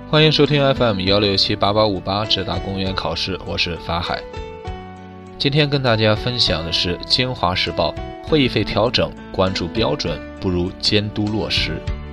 欢迎收听 FM1678858直达公务员考试，我是法海。今天跟大家分享的是京华时报会议费调整，关注标准不如监督落实。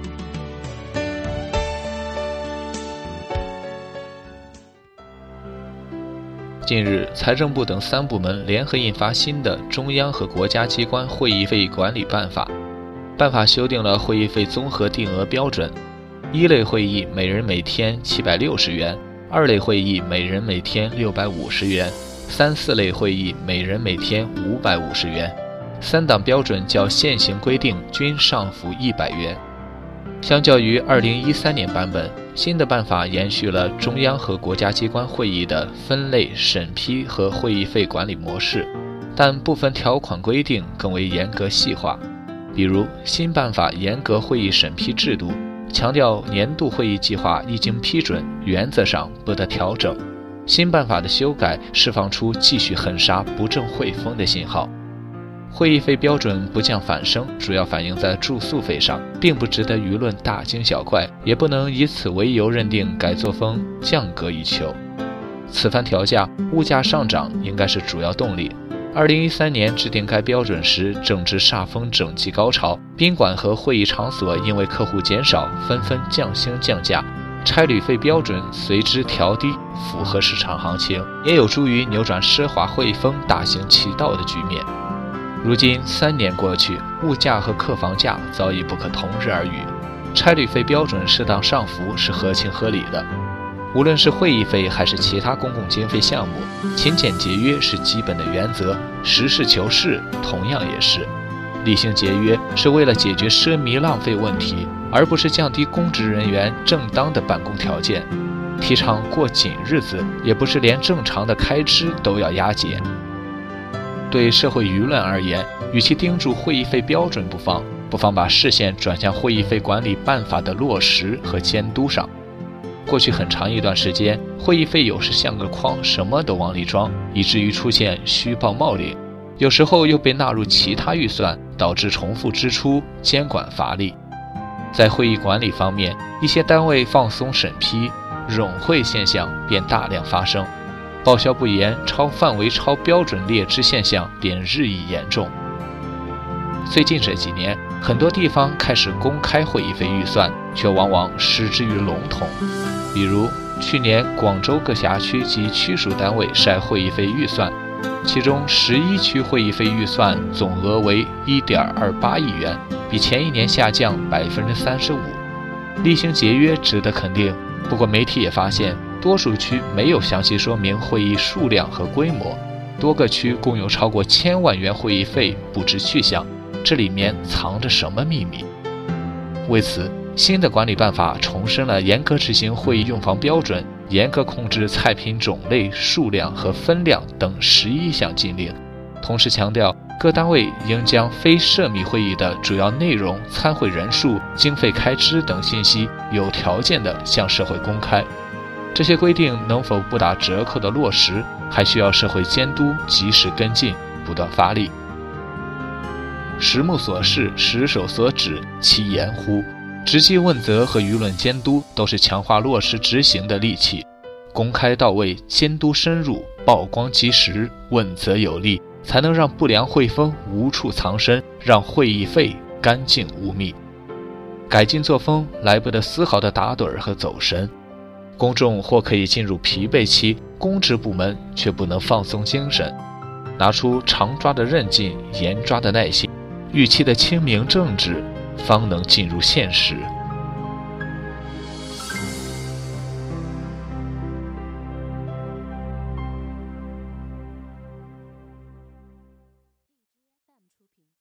近日，财政部等3部门联合印发新的《中央和国家机关会议费管理办法》。办法修订了会议费综合定额标准，一类会议每人每天760元，二类会议每人每天650元，三四类会议每人每天550元。3档标准较现行规定均上浮100元。相较于2013年版本，新的办法延续了中央和国家机关会议的分类审批和会议费管理模式，但部分条款规定更为严格细化。比如，新办法严格会议审批制度，强调年度会议计划一经批准，原则上不得调整。新办法的修改释放出继续狠杀不正汇丰的信号。会议费标准不降反升，主要反映在住宿费上，并不值得舆论大惊小怪，也不能以此为由认定改作风降格以求。此番调价，物价上涨应该是主要动力。2013年制定该标准时，正值煞风整季高潮，宾馆和会议场所因为客户减少，纷纷降薪降价，差旅费标准随之调低，符合市场行情，也有助于扭转奢华汇丰大行其道的局面。如今3年过去，物价和客房价早已不可同日而语，差旅费标准适当上浮是合情合理的。无论是会议费还是其他公共经费项目，勤俭节约是基本的原则，实事求是同样也是。厉行节约是为了解决奢靡浪费问题，而不是降低公职人员正当的办公条件。提倡过紧日子，也不是连正常的开支都要压减。对社会舆论而言，与其盯住会议费标准不妨把视线转向会议费管理办法的落实和监督上。过去很长一段时间，会议费有时像个筐，什么都往里装，以至于出现虚报冒领，有时候又被纳入其他预算，导致重复支出，监管乏力。在会议管理方面，一些单位放松审批，冗会现象便大量发生，报销不严、超范围超标准劣质现象便日益严重。最近这几年，很多地方开始公开会议费预算，却往往失之于笼统。比如去年广州各辖区及区属单位晒会议费预算，其中11区会议费预算总额为 1.28 亿元，比前一年下降 35%。 厉行节约值得肯定，不过媒体也发现，多数区没有详细说明会议数量和规模，多个区共有超过1000万元会议费不知去向，这里面藏着什么秘密？为此，新的管理办法重申了严格执行会议用房标准，严格控制菜品种类、数量和分量等11项禁令，同时强调各单位应将非涉密会议的主要内容、参会人数、经费开支等信息有条件地向社会公开。这些规定能否不打折扣的落实，还需要社会监督及时跟进，不断发力。实目所示，实手所指，其言乎？直击问责和舆论监督都是强化落实执行的利器。公开到位，监督深入，曝光及时，问责有力，才能让不良汇丰无处藏身，让会议费干净无密。改进作风来不得丝毫的打盹和走神。公众或可以进入疲惫期，公职部门却不能放松精神，拿出长抓的韧劲、严抓的耐心，预期的清明正直，方能进入现实。